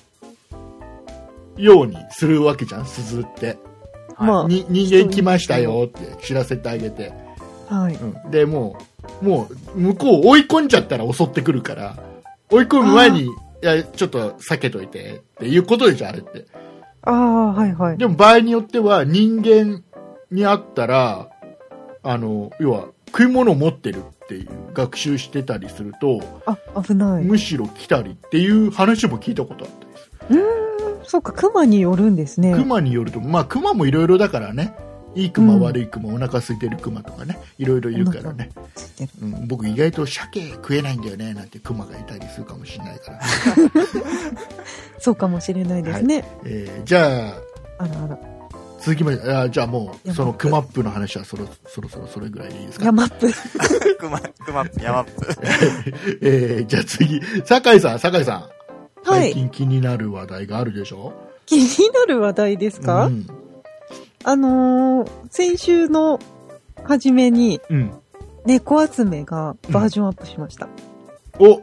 ようにするわけじゃん、鈴って。 まあ、 に人間来ましたよって知らせてあげて、 はい。 うん、でもうもう向こう追い込んじゃったら襲ってくるから、追い込む前にいやちょっと避けといてっていうことでしょあれって。 ああ、はいはい。 でも場合によっては人間に会ったらあの要は食い物を持ってるっていう学習してたりすると、 あ、危ない。 むしろ来たりっていう話も聞いたことあったりする。 うーん、そうか、熊によるんですね。 熊によると、まあ熊もいろいろだからね、いい熊、 うん悪い熊、お腹空いてる熊とかね、いろいろいるからね、 ついてる。 うん、僕意外と鮭食えないんだよねなんて熊がいたりするかもしれないから、 そうかもしれないですね。 えーじゃああらあら。 続きまして、あじゃあもうヤマップそのクマップの話はそろそろそろそれぐらいでいいですか。 ヤマップ。 くま、くま、ヤマップ。 えーじゃあ次、酒井さん、酒井さん、 はい。 最近気になる話題があるでしょ。 気になる話題ですか、 うん、 あのー、先週の初めにうん、 猫集めがバージョンアップしました。 お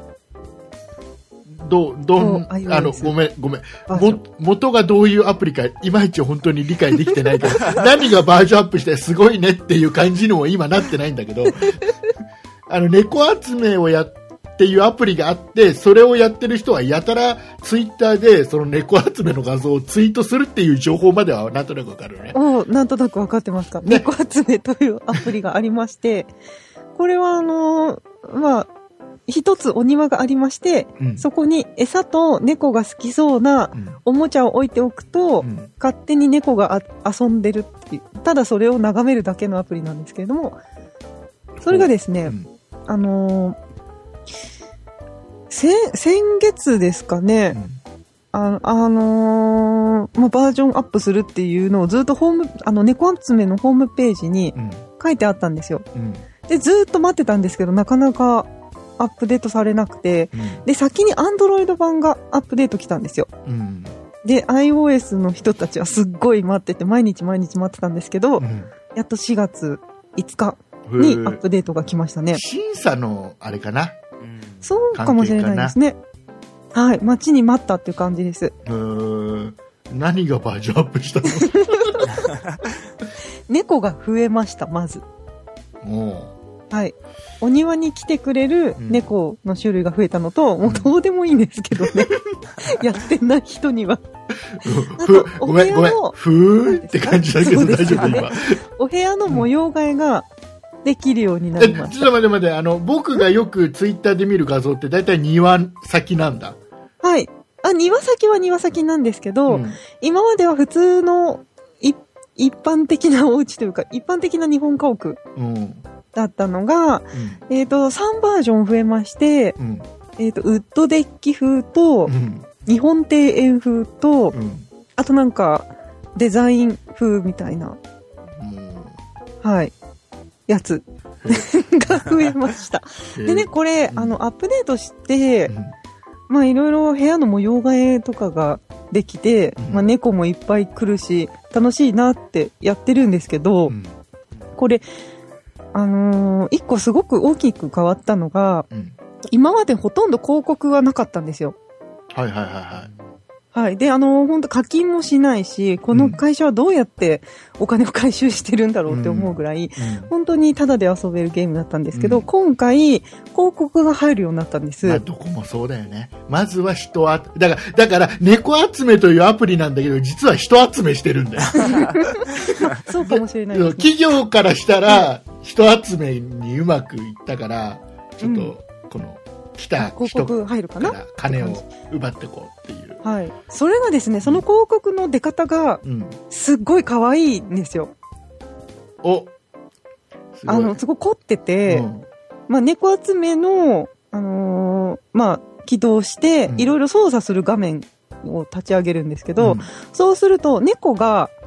どうどんおあ iOS のごめんごめんバージョンも元がどういうアプリかいまいち本当に理解できてないけど何がバージョンアップしてすごいねっていう感じにも今なってないんだけどあの猫集めをやっていうアプリがあってそれをやってる人はやたらツイッターでその猫集めの画像をツイートするっていう情報まではなんとなくわかるよね。 おなんとなく分かってますか、 ね猫集めというアプリがありまして、これはあのーまあ、一つお庭がありまして、 うんそこに餌と猫が好きそうなうんおもちゃを置いておくと、 うん勝手に猫があ遊んでるっていう、ただそれを眺めるだけのアプリなんですけれども、それがですね、 うんあのー先、先月ですかね、あ, あのーまあ、バージョンアップするっていうのをずっとホーム、あの、猫集めのホームページにうん書いてあったんですよ。 うんで、ずっと待ってたんですけど、なかなかアップデートされなくて、 うんで、先に Android 版がアップデート来たんですよ。 うんで、iOS の人たちはすっごい待ってて、毎日毎日待ってたんですけど、 うんやっとしがついつかにアップデートが来ましたね。 審査のあれかな。 うんそうかもしれないですね。はい。待ちに待ったっていう感じです。 うーん何がバージョンアップしたの猫が増えました、まず。 もはい。お庭に来てくれる猫の種類が増えたのと、もうどうでもいいんですけどね。やってない人には。 うふごめんごめんお部屋のふーって感じだけど大そうですよね丈夫今。 お部屋の模様替えができるようになえちょっりました。 と待って待って、あの、僕がよくツイッターで見る画像って大体庭先なんだ。 はい。あ、庭先は庭先なんですけど、 うん今までは普通のい一般的なお家というか、一般的な日本家屋うんだったのが、 うんえっ、と、さんバージョン増えまして、 うんえっ、と、ウッドデッキ風とう、ん日本庭園風と、 うんあとなんか、デザイン風みたいな、 もはい、やつが増えました。 うでね、これ、 うんあの、アップデートしてう、んまあいろいろ部屋の模様替えとかができて、 うんまあ猫もいっぱい来るし、楽しいなってやってるんですけど、 うんこれ、あのー一個すごく大きく変わったのが、 うん今までほとんど広告はなかったんですよ。 はいはいはいはい。 はい。で、あのー、本当課金もしないし、この会社はどうやってお金を回収してるんだろうって思うぐらい、 うん本当にタダで遊べるゲームだったんですけど、 うん今回、広告が入るようになったんです。 まあ、どこもそうだよね。まずは人あ、だから、だから、猫集めというアプリなんだけど、実は人集めしてるんだよ。 そうかもしれないです、ね。 企業からしたら、人集めにうまくいったから、ちょっと、この、来た広人告入るかなから金を奪ってこうっていう。 はい。それがですね、その広告の出方が、 うん。 すっごい可愛いんですよ。 おすごいあの、すごい凝ってて、 うんまあ、猫集めの、あのーまあ、起動してう、んいろいろ操作する画面を立ち上げるんですけど、 うんそうすると、猫が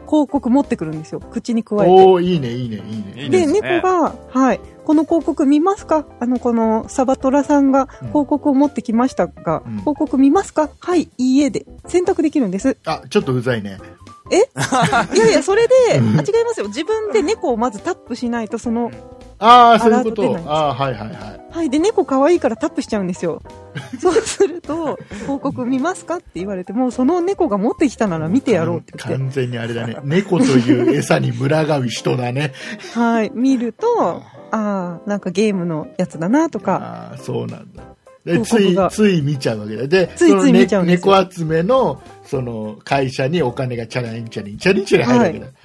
広告持ってくるんですよ。口に加えて。 おー、いいね、いいね、いいね。 いいで、 ですね猫が、はい、この広告見ますか？あの、このサバトラさんが広告を持ってきましたが、 うん、 広告見ますか？はい、いいえで選択できるんです。 あ、ちょっとうざいね。 えいやいや、それで、あ、違いますよ。自分で猫をまずタップしないと、その、 ああ、そういうこと。 アラート出ないんです。 ああ、はいはいはい。 はい。で、猫可愛いからタップしちゃうんですよ。そうすると、広告見ますかって言われても、その猫が持ってきたなら見てやろうって言って。 完全にあれだね。猫という餌に群がう人だね。 はい。見ると、ああ、なんかゲームのやつだなとか。 ああ、そうなんだ。でつい、つい見ちゃうわけだ。で、 ついつい見ちゃうんですよ。 猫集めの、その、会社にお金がチャランチャリン、チャリンチャリン入るわけだ。はい、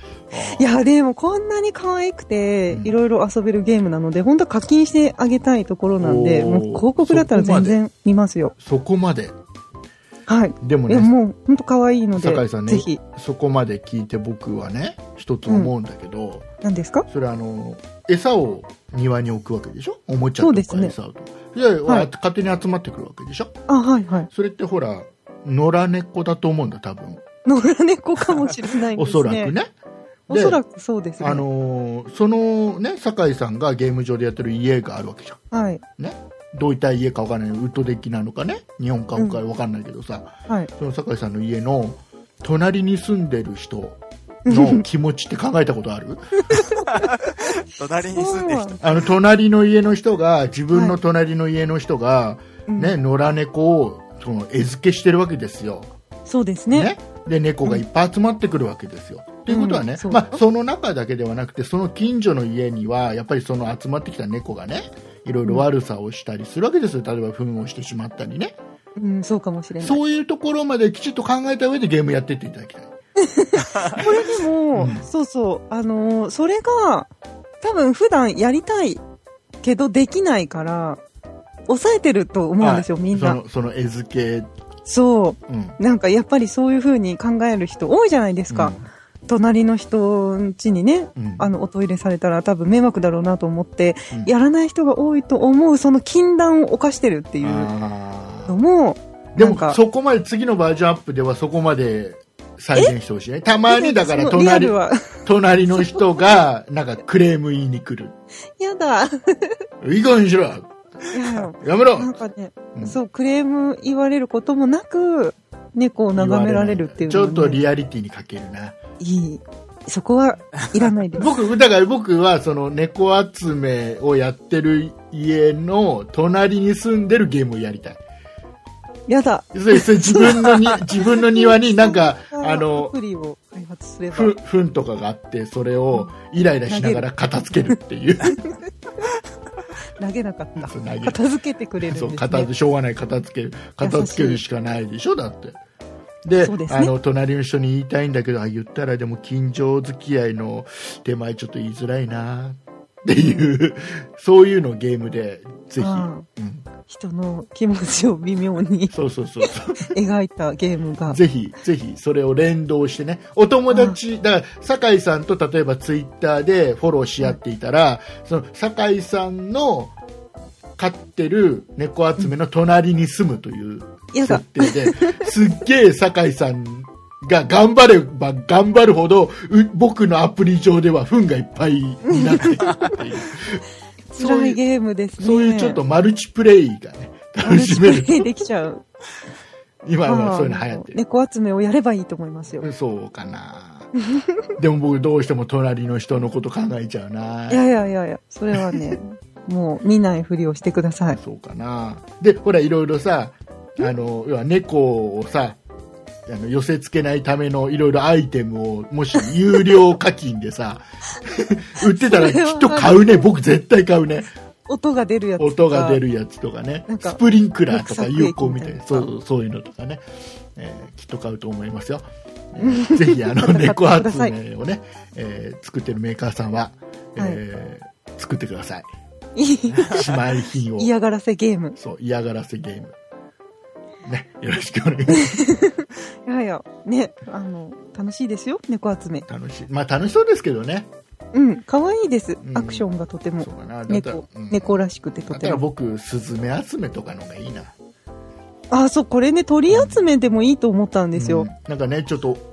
いや、でもこんなに可愛くて、いろいろ遊べるゲームなので、本当は課金してあげたいところなんで、もう広告だったら全然見ますよ。 そこまで。 はい。 でもね、 いやもう本当可愛いので、 酒井さんね、 ぜひ。 そこまで聞いて僕はね、一つ思うんだけど、うん、 何ですか？ それはあの、餌を庭に置くわけでしょ？おもちゃとか餌をと。そうですね。で、はい、勝手に集まってくるわけでしょ？ あ、はいはい。 それってほら、野良猫だと思うんだ、多分。 野良猫かもしれないですね。 おそらくね。 おそらくそうですね。 あのー、そのね、酒井さんがゲーム上でやってる家があるわけじゃん。 はい。 ね。どういった家かわかんない。ウッドデッキなのかね。日本家かわかんないけどさ、 うん。はい。 その酒井さんの家の隣に住んでる人の気持ちって考えたことある？ 隣に住んでる人。 あの、隣の家の人が、自分の隣の家の人が、はい、ね、野良猫を、その、餌付けしてるわけですよ。 そうですね。 ね。で、猫がいっぱい集まってくるわけですよ。と、うん、いうことはね、うん、まあ、その中だけではなくて、その近所の家には、やっぱりその集まってきた猫がね、いろいろ悪さをしたりするわけですよ。例えば、糞をしてしまったりね。 うん、そうかもしれない。 そういうところまできちっと考えた上でゲームやってっていただきたい。 これでも、うん、そうそう、あのー、それが、多分普段やりたいけどできないから、抑えてると思うんですよ、みんな。 その、その餌付け。 そう、うん。なんかやっぱりそういう風に考える人多いじゃないですか。うん、隣の人ん家にね、うん、あの、おトイレされたら多分迷惑だろうなと思って、うん、やらない人が多いと思う、その禁断を犯してるっていうのも、 でもそこまで、次のバージョンアップではそこまで再現してほしいね。たまにだから隣、隣の人がなんかクレーム言いに来る。 やだ。 いい加減にしろ。 いややめろ。 なんかね、うん、そう、クレーム言われることもなく、猫を眺められるっていう、ね、 ちょっとリアリティに欠けるな。 いい。そこはいらないです。 僕、だから僕はその猫集めをやってる家の隣に住んでるゲームをやりたい。 やだ。 それ、それ自分のに、自分の庭になんか、あの、 アプリを開発すれば。 ふ、ふんとかがあって、それをイライラしながら片付けるっていう。 投げなかった。片付けてくれるんですね。 そう、片付け、しょうがない片付ける。片付けるしかないでしょ、だって。で、でね、あの、隣の人に言いたいんだけど、あ、言ったらでも近所付き合いの手前ちょっと言いづらいなっていう、そういうのをゲームで、ぜひ、うん、 人の気持ちを微妙にそうそうそう描いたゲームが。 ぜひ、ぜひ、それを連動してね、お友達、だから、酒井さんと例えばツイッターでフォローし合っていたら、その、酒井さんの飼ってる猫集めの隣に住むという設定で、すっげえ酒井さんが頑張れば頑張るほど、僕のアプリ上では糞がいっぱいになっていくっていう。 辛いゲームですね。 そういうちょっとマルチプレイがね、楽しめる。 マルチプレイできちゃう。 今はそういうの流行ってる。 猫集めをやればいいと思いますよ。 そうかな。でも僕どうしても隣の人のこと考えちゃうな。 いやいやいやいや、それはね、もう見ないふりをしてください。 そうかな。で、ほらいろいろさ、あの、要は猫をさ、あの寄せ付けないためのいろいろアイテムをもし有料課金でさ売ってたらきっと買うね。僕絶対買うね。 音が出るやつとか音が出るやつとかね、スプリンクラーとか有効みたいな、そうそういうのとかね、えー、きっと買うと思いますよ。えー、ぜひあの猫集めをね、えー、作ってるメーカーさんは、えーはい、作ってください。姉妹品を嫌がらせゲーム。 そう、嫌がらせゲームね、よろしくお願いします。 いやいや、ね、あの、楽しいですよ、猫集め。 楽しい。まあ楽しそうですけどね。 うん、可愛いです。アクションがとても。そうかな。猫、うん、猫らしくてとても。 だから僕、スズメ集めとかのがいいな。 あ、そう、これね、鳥集めでもいいと思ったんですよ。うん、 なんかね、ちょっと、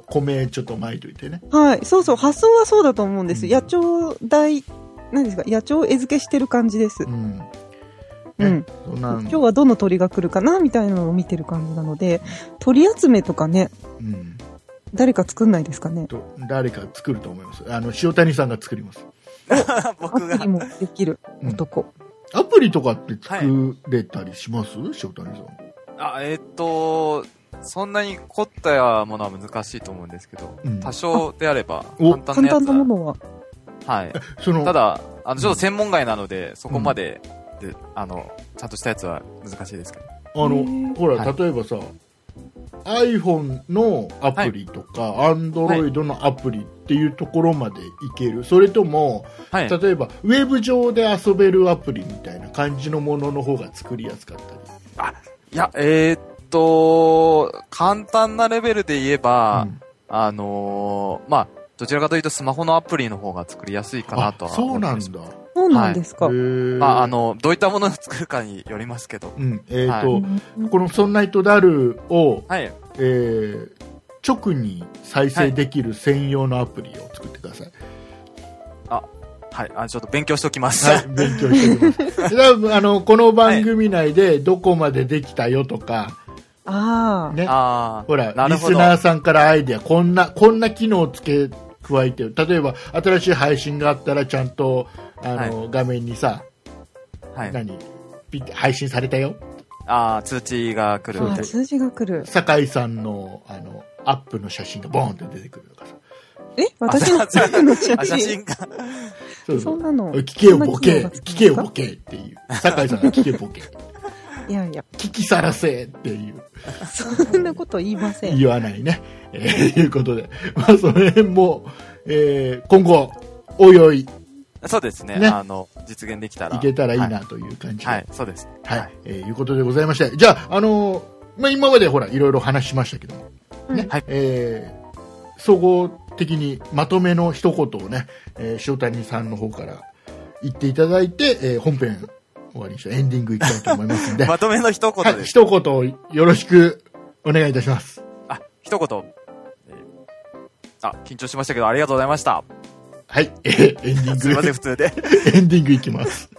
米ちょっと巻いといてね。 はい。そうそう、発想はそうだと思うんです。 うん野鳥大、何ですか、野鳥餌付けしてる感じです。 うん。 うん。 そんなん今日はどの鳥が来るかなみたいなのを見てる感じなので、鳥集めとかね、 うん。 誰か作んないですかね。 と誰か作ると思います。あの、塩谷さんが作ります。 僕がアプリもできる男。 アプリとかって作れたりします、塩谷さん。 あ、えーっと、そんなに凝ったものは難しいと思うんですけど、 うん多少であればお簡単なやつ簡単なもは、 のは。 はい。 その、 ただ、あの、ちょっと専門外なので、そこまで、で、あの、ちゃんとしたやつは難しいですけど。 あの、 へーほら、 はい例えばさ、iPhone のアプリとか、Android のアプリっていうところまでいける、それとも、 はい。 例えばウェブ上で遊べるアプリみたいな感じのものの方が作りやすかったり。 いや、えーっと、簡単なレベルで言えば、 うんあのーまあ、どちらかというとスマホのアプリの方が作りやすいかなとはあ、そう思うんです。 なんだ。 そうなんですか。 へーまあ、あの、どういったものを作るかによりますけど。 うん、えっ、と、 うんこのソンナイトダルを、 はい。 えー直に再生できる専用のアプリを作ってください。 はい。あ、ちょっと勉強しておきます。 はい、勉強しておきます。多分あの、この番組内でどこまでできたよとか、 ああ。 ね、 ああ。 ほら、リなるほど。 スナーさんからアイデア、こんな、こんな機能を付け加えてる。例えば、新しい配信があったら、ちゃんと、あの、画面にさ、 はい。 何、ピッて配信されたよ。 ああ、通知が来るみたい。 あ数字が来る。 酒井さんの、あの、アップの写真がボーンって出てくるとかさ。 え私の写あ、写真。 そ真が。 うそんなの。 聞けよボケ、 そんな機能がつくんですか聞けよボケっていう。酒井さんが聞けボケ。 いやいや、 聞きさらせっていう。 そんなこと言いません。 言わないね。えー、いうことで。まあ、その辺も、えー、今後、おいおい、 そうですね。 ねあの、実現できたら。 いけたらいいはなという感じで。 はい、はい、そうです。 はい、えーいうことでございまして、じゃあ、あのーまあ、今までほら、いろいろ話しましたけども、ね、 はいえー総合的にまとめの一言をね、えー塩谷さんの方から言っていただいて、えー本編終わりにしてエンディングいきたいと思いますので、 まとめの一言はい、 です。 一言よろしくお願いいたします。 あ、一言。えーあ、緊張しましたけど、ありがとうございました。 はい、えーエンディンすいません、 グ、 普通で。 エンディングいきます。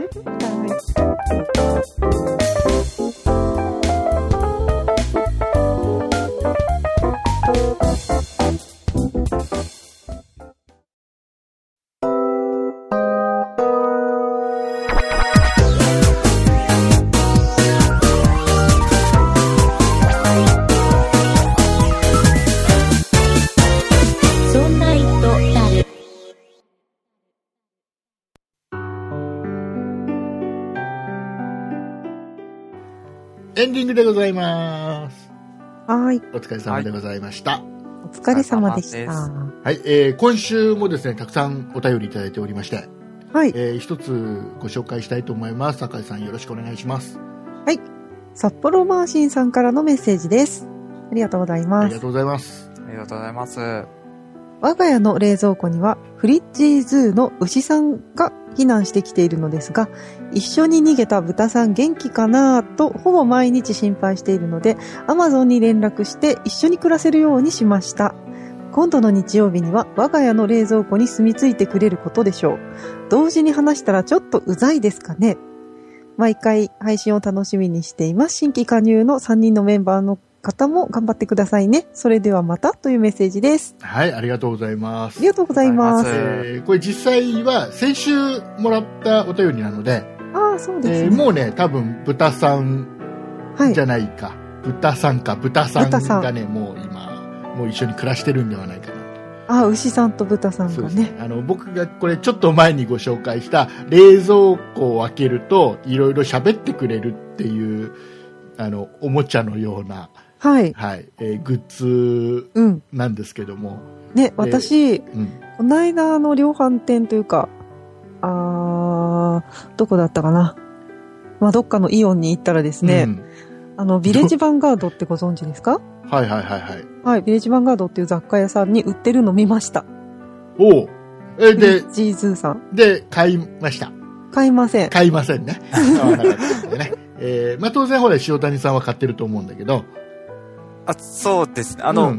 そんな糸だる。 エンディングでございます。 はーい。 お疲れ様でございました。 お疲れ様でした。 お疲れ様はい、えー今週もですね、たくさんお便りいただいておりまして、 はい。 えー一つご紹介したいと思います。酒井さんよろしくお願いします。 札幌マーシンさんからのメッセージです。ありがとうございあます。 りがとうございます。 ありがとうございます。 我が家の冷蔵庫にはフリッジーズーの牛さんが避難してきているのですが、一緒に逃げた豚さん元気かなとほぼ毎日心配しているので、アマゾンに連絡して一緒に暮らせるようにしました。今度の日曜日には我が家の冷蔵庫に住み着いてくれることでしょう。同時に話したらちょっとうざいですかね。毎回配信を楽しみにしています。新規加入のさんにんのメンバーの方も頑張ってくださいね。それではまたというメッセージです。 はい、ありがとうございます。 ありがとうございます。 ありがとうございえーこれ実際は先週もらったお便りなので、 ああ、そうですね。 えーもうね、多分豚さんはいじ。ゃないか、豚さんか、豚さん豚さんがね、もう今、もう一緒に暮らしてるんではないかな。 ああ、牛さんと豚さんがね。 そうですね。あの、僕がこれちょっと前にご紹介した冷蔵庫を開けるといろいろ喋ってくれるっていう、あの、おもちゃのような、 はい。 はい、えーグッズうん。 なんですけども、 ね、私、 うん。 この間あの量販店というか、あー、どこだったかな。まあ、どっかのイオンに行ったらですね、 うんあの、ビレッジヴァンガードってご存知ですか？ はいはいはいはい。 はい、ビレッジヴァンガードっていう雑貨屋さんに売ってるの見ました。 おう。え、で、 ジーズーさん。 で、買いました。 買いません。 買いませんね。買わなかったんでね。えー、まあ当然ほら、塩谷さんは買ってると思うんだけど、 あ、そうですね。あの、 うん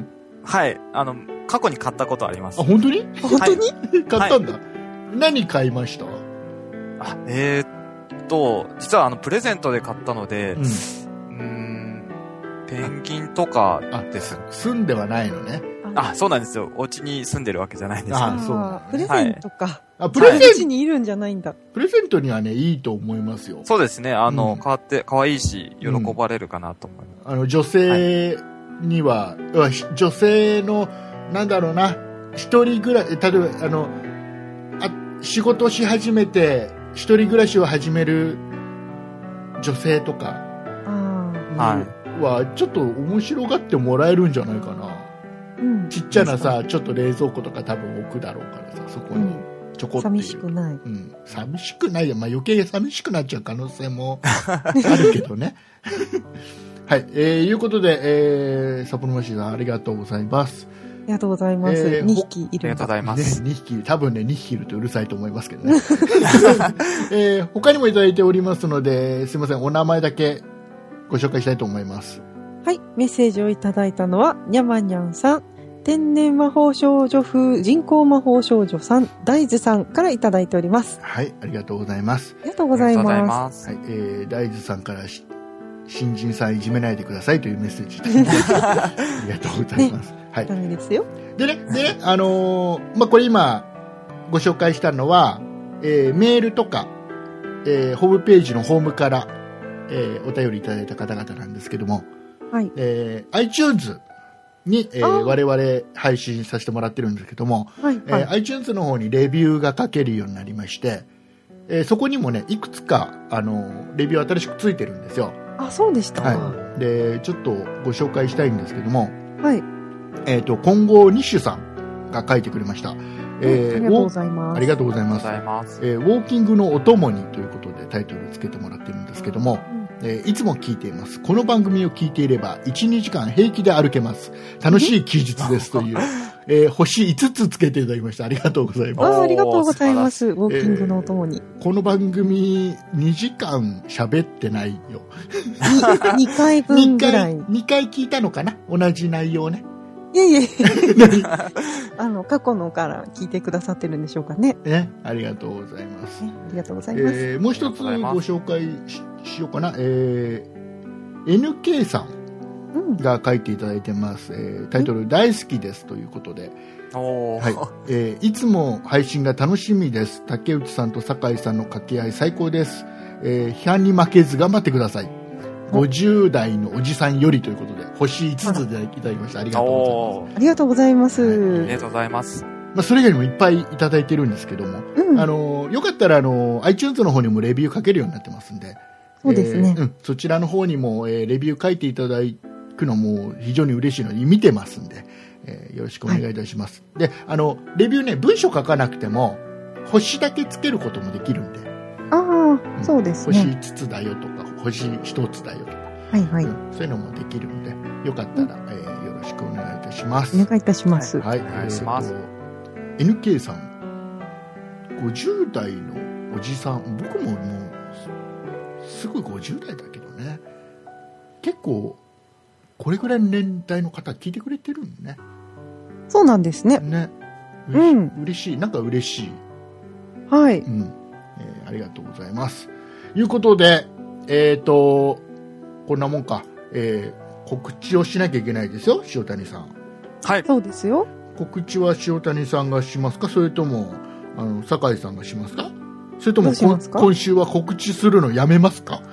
はい。あの、過去に買ったことあります。 あ、本当に？ 本当に、 買ったんだ。何買いました？ あ、えーっと、実はあの、プレゼントで買ったので、 うん。 うーん、ペンギンとかです。 住んではないのね。 あ、そうなんですよ。お家に住んでるわけじゃないんですよ。 あそうなんだねプレゼントか。 あ、プレおゼン家にいるんじゃないんだ。 プレゼントにはね、いいと思いますよ。 そうですね。あの、 うん変わって、可愛いし、喜ばれるかなと思います。 あの、女性には、はひ女性の、なんだろうな、一人暮らし、例えば、あの、あ、仕事し始めて、一人暮らしを始める女性とかあにはは、ちょっと面白がってもらえるんじゃないかな。 あ。うん。 ちっちゃなさ、ちょっと冷蔵庫とか多分置くだろうからさ、そこにうん。 ちょこっていう。 寂しくない。 うん、寂しくないよ。まあ、余計寂しくなっちゃう可能性もあるけどね。はい、えー、いうことで、えー、サポロマシーさんありがとうございます。 ありがとうございます。 えーにひきいありるんだ。 がとうございまね、 す。 にひき、多分ね、にひきいるとうるさいと思いますけどね。えー、他にもいただいておりますので、すいません、お名前だけご紹介したいと思います。 はい。メッセージをいただいたのは、にゃまにゃんさん、天然魔法少女風人工魔法少女さん、大豆さんからいただいております。 はい、ありがとうございます。 ありがとうございありがとうございまます。 はい、えー、大豆さんからし新人さんいじめないでくださいというメッセージいただきましたありがとうございます。はいす。ダ。メですよ。 でね、でね、あのーまあ、これ今ご紹介したのは、えーメールとか、えーホームページのホームから、えーお便りいただいた方々なんですけども、 はい。 えー iTunes に、えーあー我々配信させてもらってるんですけども、 はい。はい。 えー iTunes の方にレビューが書けるようになりまして、えーそこにもね、いくつか、あのーレビュー新しくついてるんですよ。 あ、そうでしたか。 はで、ちょっとご紹介したいんですけども、 はい。 えっ、と、今後ニッシュさんが書いてくれました。えーありがとうございます。 ありがとうございますありがとうご。ざいます。 えーウォーキングのお供にということでタイトルつけてもらってるんですけども、 うんえーいつも聞いています。この番組を聞いていれば、いち、にじかん平気で歩けます。楽しい休日ですという、えー星いつつつけていただきました。ありがとうございます。 あありがとうございます。ウォーキングのお供に。 この番組にじかん喋ってないよ。 にかいぶんぐらい。いにかい聞いたのかな、同じ内容ね。 えいえ。あの、過去のから聞いてくださってるんでしょうかね。 ね、ありがとうございます。 ねありがとうございます。 えーもう一つご紹介 し, しようかな、えー、エヌケー さんうん。 が書いていただいてます、えータイトル「大好きです」ということで、 おー。 はいえーいつも配信が楽しみです。竹内さんと酒井さんの掛け合い最高です、えー批判に負けず頑張ってください。ごじゅう代のおじさんよりということで星いつつでいただきました。ありがとうございます。 おー。 ありがとうございます。 ありがとうございます。 まあ、それ以外にもいっぱいいただいてるんですけども、 うん。 あのよかったらあの iTunes の方にもレビュー書けるようになってますんで、 そうですねえーうん、そちらの方にも、えーレビュー書いていただくのも非常に嬉しいので見てますんで、えーよろしくお願いいたします、であのレビューね、文章書かなくても星だけつけることもできるんで、 ああ、そうです星ね。 いつつだよとか星ひとつだよとか、 はいはい。 うんそういうのもできるんでよかったら、えーよろしくお願いいたします。 お願いいたします。 はい、 お願いしますえーと エヌケー さん、ごじゅう代のおじさん、僕ももうすすぐごじゅう代だけどね、結構これぐらいの年代の方聞いてくれてるのね。 そうなんですね。 ね、 うん嬉しい、なんか嬉しい、 はい。 うんえーありがとうございます。いうことで、えっ、とこんなもんか、えー告知をしなきゃいけないですよ、塩谷さん。 はい。 そうですよ。 告知は塩谷さんがしますか、それともあの酒井さんがしますか、それともどうしますかこん今週は告知するのやめますか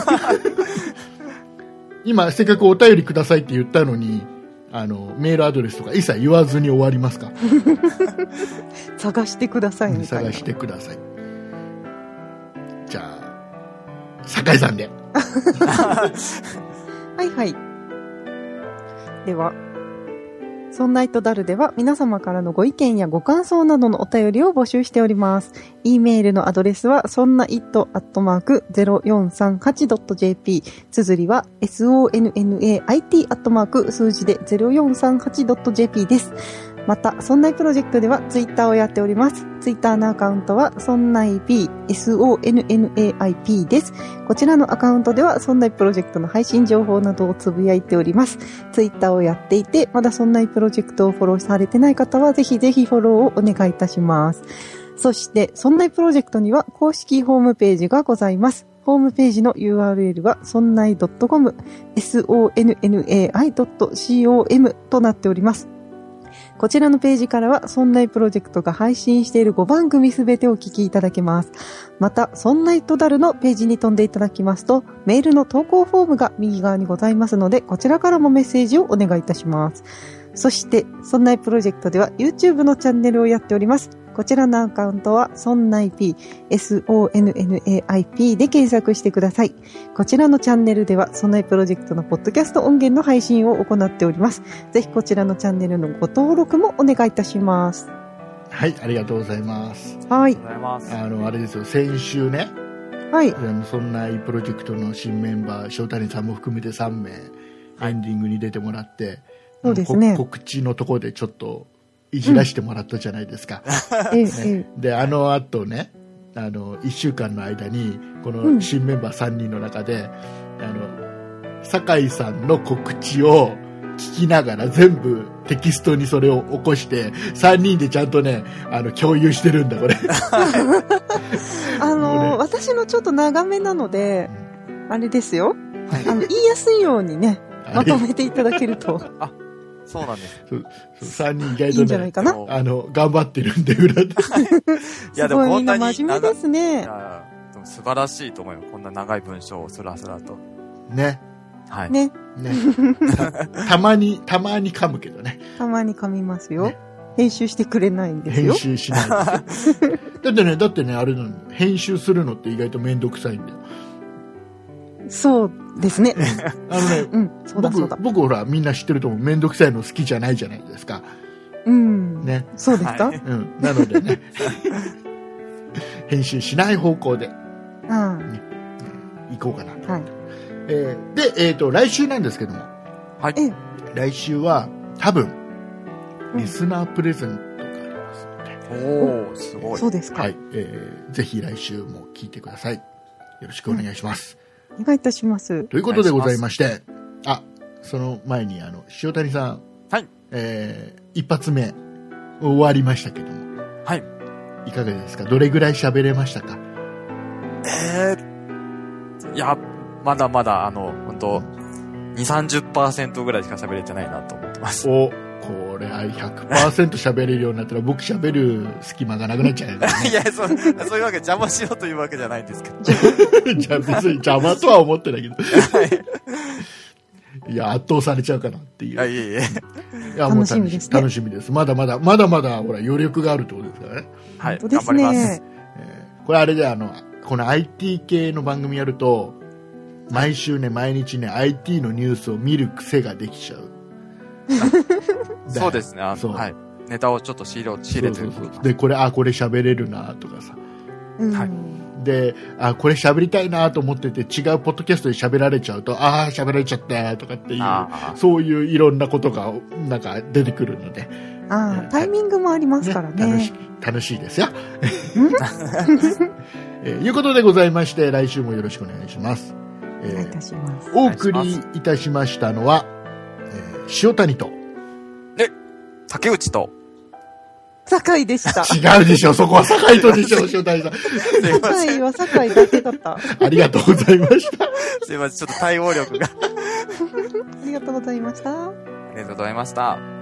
今せっかくお便りくださいって言ったのに、あのメールアドレスとか一切言わずに終わりますか探してくださいみたいな。 探してください。じゃあ酒井さんで。 はいはい。では、そんな糸ダルでは皆様からのご意見やご感想などのお便りを募集しております。e メールのアドレスは、そんな it アットマーク ゼロよんさんはちドットジェーピー。綴りは sonnait アットマーク数字で ゼロよんさんはちドットジェーピー です。 また、そんないプロジェクトではツイッターをやっております。ツイッターのアカウントは、そんない P、エスオーエヌエヌエーアイピー です。こちらのアカウントでは、そんないプロジェクトの配信情報などをつぶやいております。ツイッターをやっていて、まだそんないプロジェクトをフォローされてない方は、ぜひぜひフォローをお願いいたします。そして、そんないプロジェクトには公式ホームページがございます。ホームページの ユーアールエル は、そんない .com、エスオーエヌエヌエーアイ ドット コム となっております。こちらのページからは、そんないプロジェクトが配信しているごばんぐみすべてお聞きいただけます。また、そんないとだるのページに飛んでいただきますと、メールの投稿フォームが右側にございますので、こちらからもメッセージをお願いいたします。そして、そんないプロジェクトでは YouTube のチャンネルをやっております。こちらのアカウントは、そんない P、エスオーエヌエヌエーアイピー で検索してください。こちらのチャンネルでは、そんないプロジェクトのポッドキャスト音源の配信を行っております。ぜひこちらのチャンネルのご登録もお願いいたします。 はい、ありがとうございます。 はい。 ありがとうございます。 あの、あれですよ、先週ね、 はい。 そんないプロジェクトの新メンバー、塩谷さんも含めてさんめい、エンディングに出てもらって、 そうですね。 告知のところでちょっと、いじらしてもらったじゃないですか。 うん、 ね、で、あの後ね、あの、いっしゅうかんの間に、この新メンバーさんにんの中で、うん、あの、酒井さんの告知を聞きながら全部テキストにそれを起こして、さんにんでちゃんとね、あの、共有してるんだ、これ。 あの、ね、私のちょっと長めなので、あれですよ。はい、あの、言いやすいようにね、まとめていただけると。 あ、そうなんです。 そうそうさんにん意外とね、 いいんじゃないかな。 あの、頑張ってるんで、裏で。 いや、でもこんなに。 真面目ですね。 いやでも素晴らしいと思うよ。こんな長い文章をスラスラと。 ね。 はい。 ね。 ね。た, たまに、たまに噛むけどね。 たまに噛みますよ。ね、編集してくれないんですよ。 編集しないですよ。だってね、だってね、あれなの、編集するのって意外とめんどくさいんだよ。 そうですね。 あのね、 うん、そうだそうだ。 僕、僕ほら、みんな知ってると思う。めんどくさいの好きじゃないじゃないですか。 うん。 ね。 そうですか、 はい、うん。なのでね、編集しない方向で、 あね、行こうかなと。 はい。 えー、で、えっ、ー、と、来週なんですけども。 はい。 来週は、多分、リスナープレゼントがありますので。 おー、すごい。 そうですか。 はい。えー、ぜひ来週も聞いてください。よろしくお願いします。 うんお願いいたします。 ということでございまして、あ、その前に、あの、塩谷さん。 はい。 えー、一発目、終わりましたけども。 はい。 いかがですか？どれぐらい喋れましたか？ えー、いや、まだまだ、あの、本当にじゅう、さんじゅっパーセントぐらいしか喋れてないなと思ってます。 お、これ、ひゃくパーセント 喋れるようになったら、僕喋る隙間がなくなっちゃうからね。 いや、そう、そういうわけ、邪魔しようというわけじゃないんですけど。 じゃあ別に邪魔とは思ってないけど。 はい。 いや、圧倒されちゃうかなっていう。 あ、いえいえ。 いや、もう楽しみです、ね。 楽しみです。まだまだ、まだまだ、ほら、余力があるってことですからね。 はい。 本当ですね。 頑張ります。 えー、これあれで、あの、この アイティー 系の番組やると、毎週ね、毎日ね、アイティー のニュースを見る癖ができちゃう。 そうですね。あの、はい。ネタをちょっと仕入れ、仕入れてる。 そうそうそう。で、これ、あ、これ喋れるなとかさ。 うん、 はい。 で、あ、これ喋りたいなと思ってて、違うポッドキャストで喋られちゃうと、ああ、喋られちゃったとかっていう、そういういろんなことが、なんか出てくるので。 ああ、タイミングもありますからね。 ね、楽し、楽しいですよ。えー、いうことでございまして、来週もよろしくお願いします。 えー、お願いいたします。 お送りいたしましたのは、えー、塩谷と、 え、竹内と、 酒井でした。 違うでしょ、そこは酒井とでしょ、塩谷さん。 酒井は酒井だけだった。 ありがとうございました。 すいません、ちょっと対応力が。 ありがとうございました。ありがとうございました。